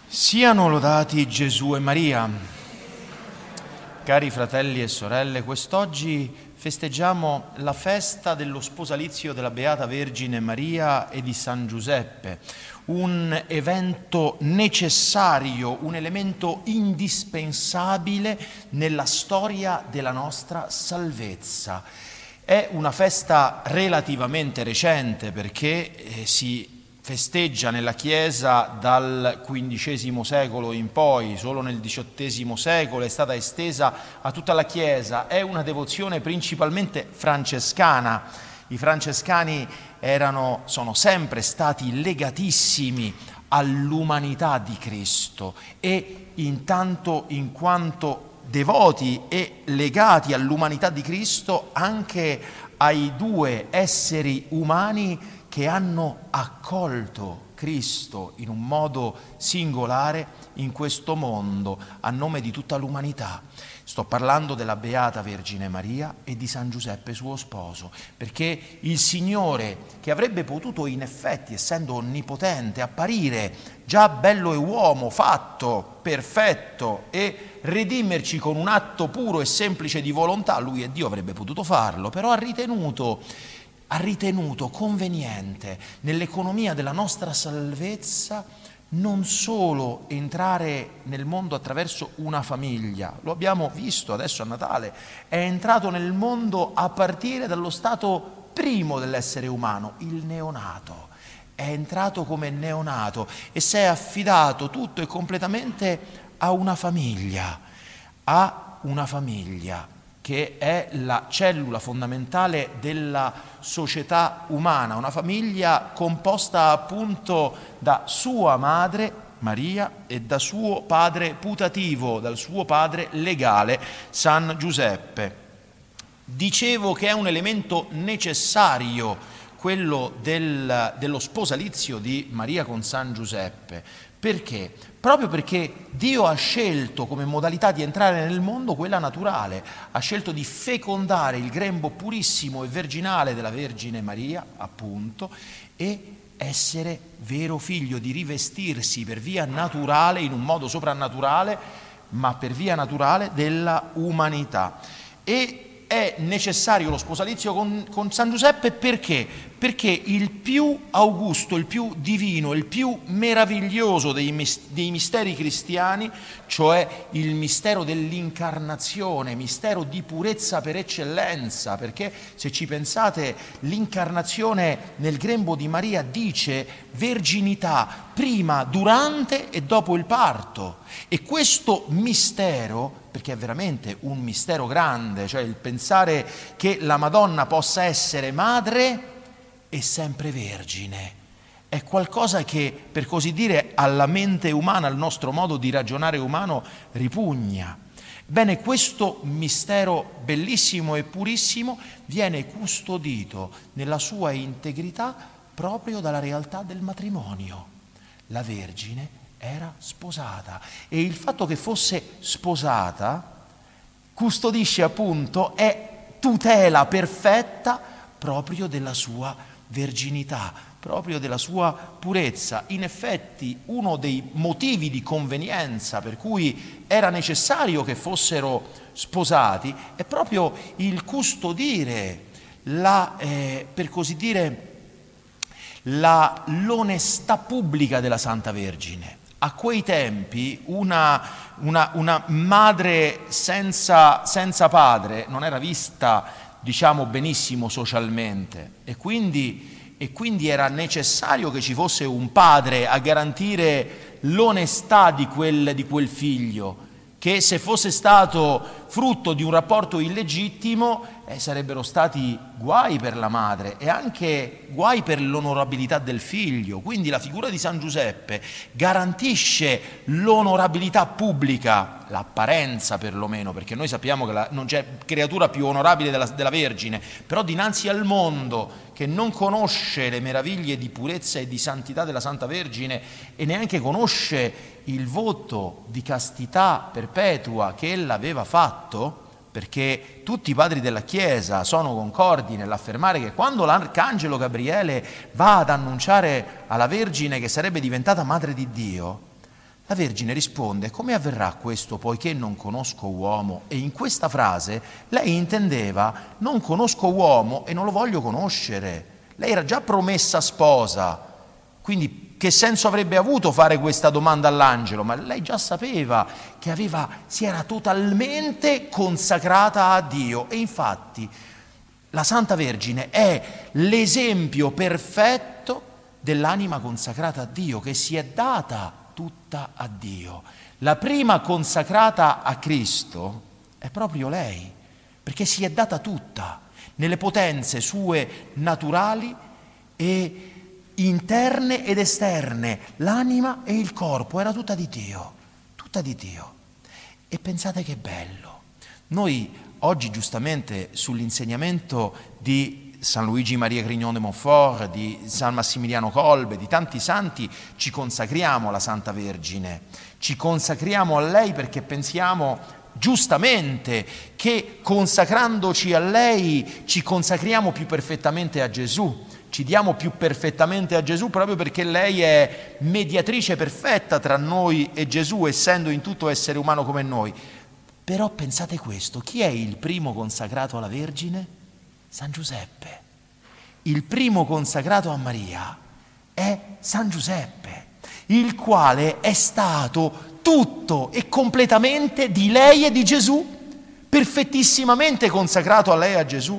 Siano lodati Gesù e Maria. Cari fratelli e sorelle, quest'oggi festeggiamo la festa dello sposalizio della Beata Vergine Maria e di San Giuseppe, un evento necessario, un elemento indispensabile nella storia della nostra salvezza. È una festa relativamente recente perché si festeggia nella Chiesa dal XV secolo in poi, solo nel XVIII secolo è stata estesa a tutta la Chiesa. È una devozione principalmente francescana. I francescani sono sempre stati legatissimi all'umanità di Cristo e intanto in quanto devoti e legati all'umanità di Cristo anche ai due esseri umani che hanno accolto Cristo in un modo singolare in questo mondo a nome di tutta l'umanità. Sto parlando della Beata Vergine Maria e di San Giuseppe suo sposo, perché il Signore, che avrebbe potuto in effetti, essendo onnipotente, apparire già bello e uomo, fatto, perfetto e redimerci con un atto puro e semplice di volontà, lui e Dio avrebbe potuto farlo, però ha ritenuto conveniente nell'economia della nostra salvezza non solo entrare nel mondo attraverso una famiglia, lo abbiamo visto adesso a Natale, è entrato nel mondo a partire dallo stato primo dell'essere umano, il neonato. È entrato come neonato e si è affidato tutto e completamente a una famiglia che è la cellula fondamentale della società umana, una famiglia composta appunto da sua madre Maria e da suo padre putativo, dal suo padre legale San Giuseppe. Dicevo che è un elemento necessario quello dello sposalizio di Maria con San Giuseppe. Perché? Proprio perché Dio ha scelto come modalità di entrare nel mondo quella naturale, ha scelto di fecondare il grembo purissimo e virginale della Vergine Maria, appunto, e essere vero figlio, di rivestirsi per via naturale, in un modo soprannaturale, ma per via naturale della umanità. E è necessario lo sposalizio con San Giuseppe perché? Perché il più augusto, il più divino, il più meraviglioso dei misteri cristiani, cioè il mistero dell'incarnazione, mistero di purezza per eccellenza, perché se ci pensate l'incarnazione nel grembo di Maria dice verginità prima, durante e dopo il parto. E questo mistero, perché è veramente un mistero grande, cioè il pensare che la Madonna possa essere madre e sempre vergine, è qualcosa che, per così dire, alla mente umana, al nostro modo di ragionare umano, ripugna. Bene, questo mistero bellissimo e purissimo viene custodito nella sua integrità proprio dalla realtà del matrimonio. La Vergine era sposata e il fatto che fosse sposata custodisce appunto, è tutela perfetta proprio della sua verginità, proprio della sua purezza. In effetti uno dei motivi di convenienza per cui era necessario che fossero sposati è proprio il custodire per così dire, l'onestà pubblica della Santa Vergine. A quei tempi una madre senza padre non era vista, diciamo, benissimo socialmente e quindi era necessario che ci fosse un padre a garantire l'onestà di quel figlio, che se fosse stato frutto di un rapporto illegittimo sarebbero stati guai per la madre e anche guai per l'onorabilità del figlio. Quindi la figura di San Giuseppe garantisce l'onorabilità pubblica, l'apparenza perlomeno, perché noi sappiamo che non c'è creatura più onorabile della Vergine, però dinanzi al mondo che non conosce le meraviglie di purezza e di santità della Santa Vergine e neanche conosce il voto di castità perpetua che ella aveva fatto, perché tutti i padri della Chiesa sono concordi nell'affermare che quando l'arcangelo Gabriele va ad annunciare alla Vergine che sarebbe diventata madre di Dio, La Vergine risponde: come avverrà questo poiché non conosco uomo? E in questa frase lei intendeva: non conosco uomo e non lo voglio conoscere. Lei era già promessa sposa, quindi che senso avrebbe avuto fare questa domanda all'angelo? Ma lei già sapeva che si era totalmente consacrata a Dio, e infatti la Santa Vergine è l'esempio perfetto dell'anima consacrata a Dio, che si è data tutta a Dio. La prima consacrata a Cristo è proprio lei, perché si è data tutta, nelle potenze sue naturali e interne ed esterne, l'anima e il corpo, era tutta di Dio, tutta di Dio. E pensate che bello. Noi oggi giustamente sull'insegnamento di San Luigi Maria Grignon de Montfort, di San Massimiliano Kolbe, di tanti santi, ci consacriamo alla Santa Vergine, ci consacriamo a lei perché pensiamo giustamente che consacrandoci a lei ci consacriamo più perfettamente a Gesù, ci diamo più perfettamente a Gesù proprio perché lei è mediatrice perfetta tra noi e Gesù, essendo in tutto essere umano come noi. Però pensate questo, chi è il primo consacrato alla Vergine? San Giuseppe. Il primo consacrato a Maria è San Giuseppe, il quale è stato tutto e completamente di lei e di Gesù, perfettissimamente consacrato a lei e a Gesù,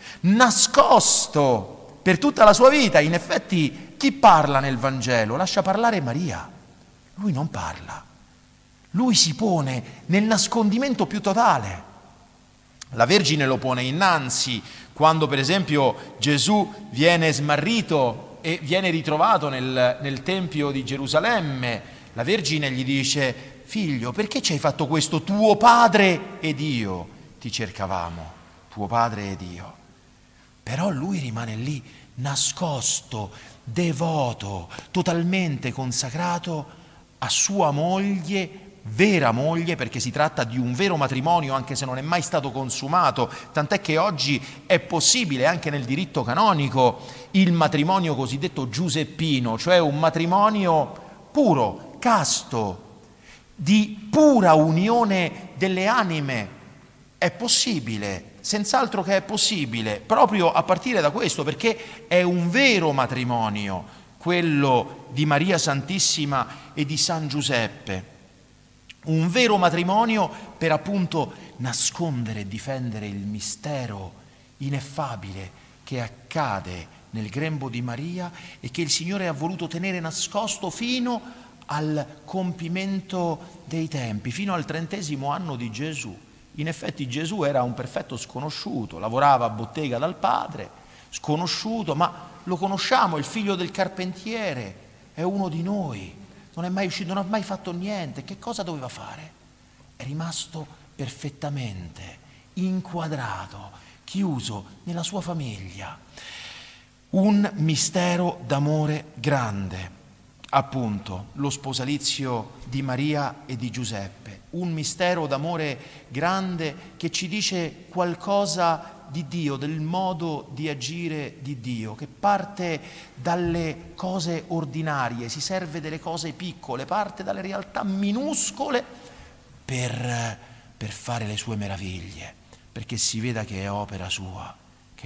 nascosto per tutta la sua vita. In effetti, chi parla nel Vangelo? Lascia parlare Maria. Lui non parla. Lui si pone nel nascondimento più totale. La Vergine lo pone innanzi quando, per esempio, Gesù viene smarrito e viene ritrovato nel Tempio di Gerusalemme. La Vergine gli dice: figlio, perché ci hai fatto questo? Tuo padre ed io ti cercavamo, tuo padre ed io. Però lui rimane lì, nascosto, devoto, totalmente consacrato a sua moglie, vera moglie, perché si tratta di un vero matrimonio anche se non è mai stato consumato, tant'è che oggi è possibile anche nel diritto canonico il matrimonio cosiddetto giuseppino, cioè un matrimonio puro, casto, di pura unione delle anime. È possibile, senz'altro che è possibile, proprio a partire da questo, perché è un vero matrimonio, quello di Maria Santissima e di San Giuseppe. Un vero matrimonio per appunto nascondere e difendere il mistero ineffabile che accade nel grembo di Maria e che il Signore ha voluto tenere nascosto fino al compimento dei tempi, fino al 30° anno di Gesù. In effetti Gesù era un perfetto sconosciuto, lavorava a bottega dal padre, sconosciuto, ma lo conosciamo, il figlio del carpentiere, è uno di noi. Non è mai uscito, non ha mai fatto niente. Che cosa doveva fare? È rimasto perfettamente inquadrato, chiuso nella sua famiglia. Un mistero d'amore grande, appunto, lo sposalizio di Maria e di Giuseppe. Un mistero d'amore grande che ci dice qualcosa di Dio, del modo di agire di Dio, che parte dalle cose ordinarie, si serve delle cose piccole, parte dalle realtà minuscole per fare le sue meraviglie, perché si veda che è opera sua,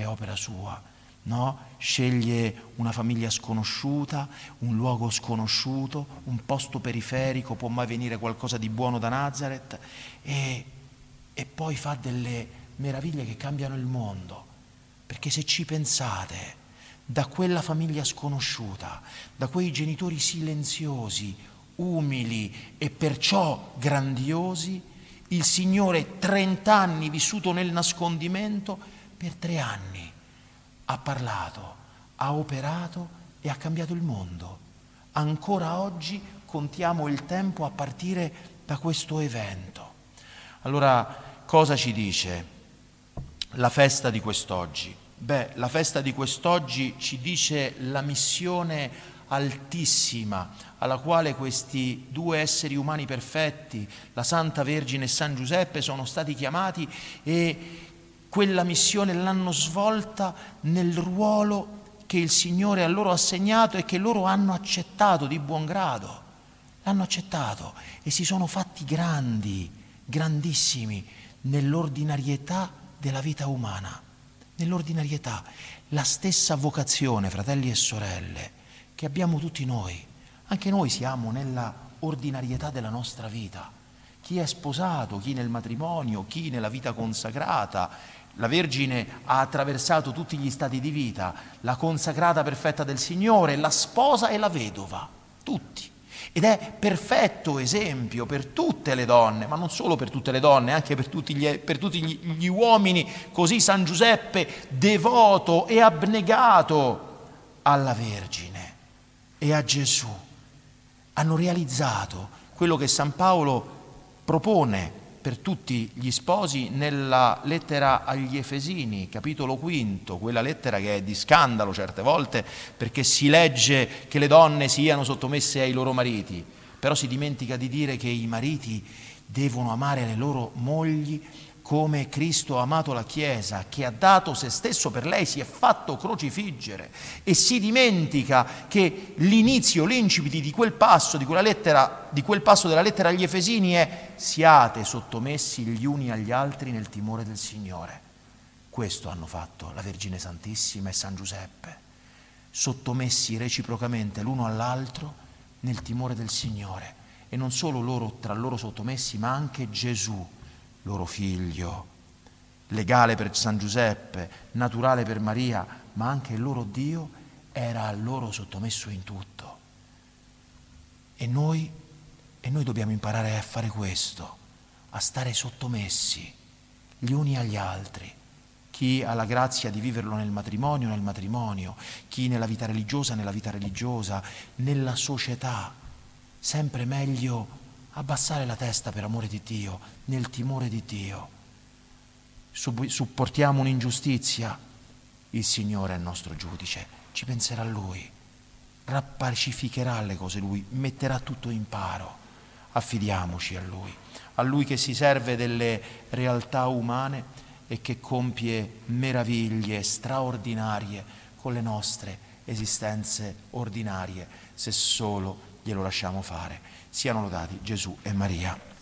no? Sceglie una famiglia sconosciuta, un luogo sconosciuto, un posto periferico, può mai venire qualcosa di buono da Nazareth, e poi fa delle meraviglie che cambiano il mondo, perché se ci pensate, da quella famiglia sconosciuta, da quei genitori silenziosi, umili e perciò grandiosi, il Signore 30 anni vissuto nel nascondimento, per 3 anni ha parlato, ha operato e ha cambiato il mondo. Ancora oggi contiamo il tempo a partire da questo evento. Allora, cosa ci dice la festa di quest'oggi? Beh, la festa di quest'oggi ci dice la missione altissima alla quale questi due esseri umani perfetti, la Santa Vergine e San Giuseppe, sono stati chiamati, e quella missione l'hanno svolta nel ruolo che il Signore a loro ha assegnato e che loro hanno accettato di buon grado. l'hanno accettato e si sono fatti grandi, grandissimi nell'ordinarietà della vita umana, nell'ordinarietà. La stessa vocazione, fratelli e sorelle, che abbiamo tutti noi. Anche noi siamo nella ordinarietà della nostra vita. Chi è sposato, chi nel matrimonio, chi nella vita consacrata. La Vergine ha attraversato tutti gli stati di vita, la consacrata perfetta del Signore, la sposa e la vedova, tutti. Ed è perfetto esempio per tutte le donne, ma non solo per tutte le donne, anche per tutti gli uomini, così San Giuseppe, devoto e abnegato alla Vergine e a Gesù, hanno realizzato quello che San Paolo propone per tutti gli sposi nella lettera agli Efesini, capitolo 5, quella lettera che è di scandalo certe volte perché si legge che le donne siano sottomesse ai loro mariti, però si dimentica di dire che i mariti devono amare le loro mogli come Cristo ha amato la Chiesa, che ha dato se stesso per lei, si è fatto crocifiggere, e si dimentica che l'inizio, l'incipit di quel passo, di quella lettera, di quel passo della lettera agli Efesini è: siate sottomessi gli uni agli altri nel timore del Signore. Questo hanno fatto la Vergine Santissima e San Giuseppe, sottomessi reciprocamente l'uno all'altro nel timore del Signore, e non solo loro tra loro sottomessi, ma anche Gesù, loro figlio, legale per San Giuseppe, naturale per Maria, ma anche il loro Dio era a loro sottomesso in tutto. E noi dobbiamo imparare a fare questo, a stare sottomessi gli uni agli altri. Chi ha la grazia di viverlo nel matrimonio, chi nella vita religiosa, nella società. Sempre meglio abbassare la testa per amore di Dio, nel timore di Dio. Supportiamo un'ingiustizia, il Signore è il nostro giudice, ci penserà Lui, rappacificherà le cose Lui, metterà tutto in paro. Affidiamoci a Lui che si serve delle realtà umane e che compie meraviglie straordinarie con le nostre esistenze ordinarie, se solo glielo lasciamo fare. Siano lodati Gesù e Maria.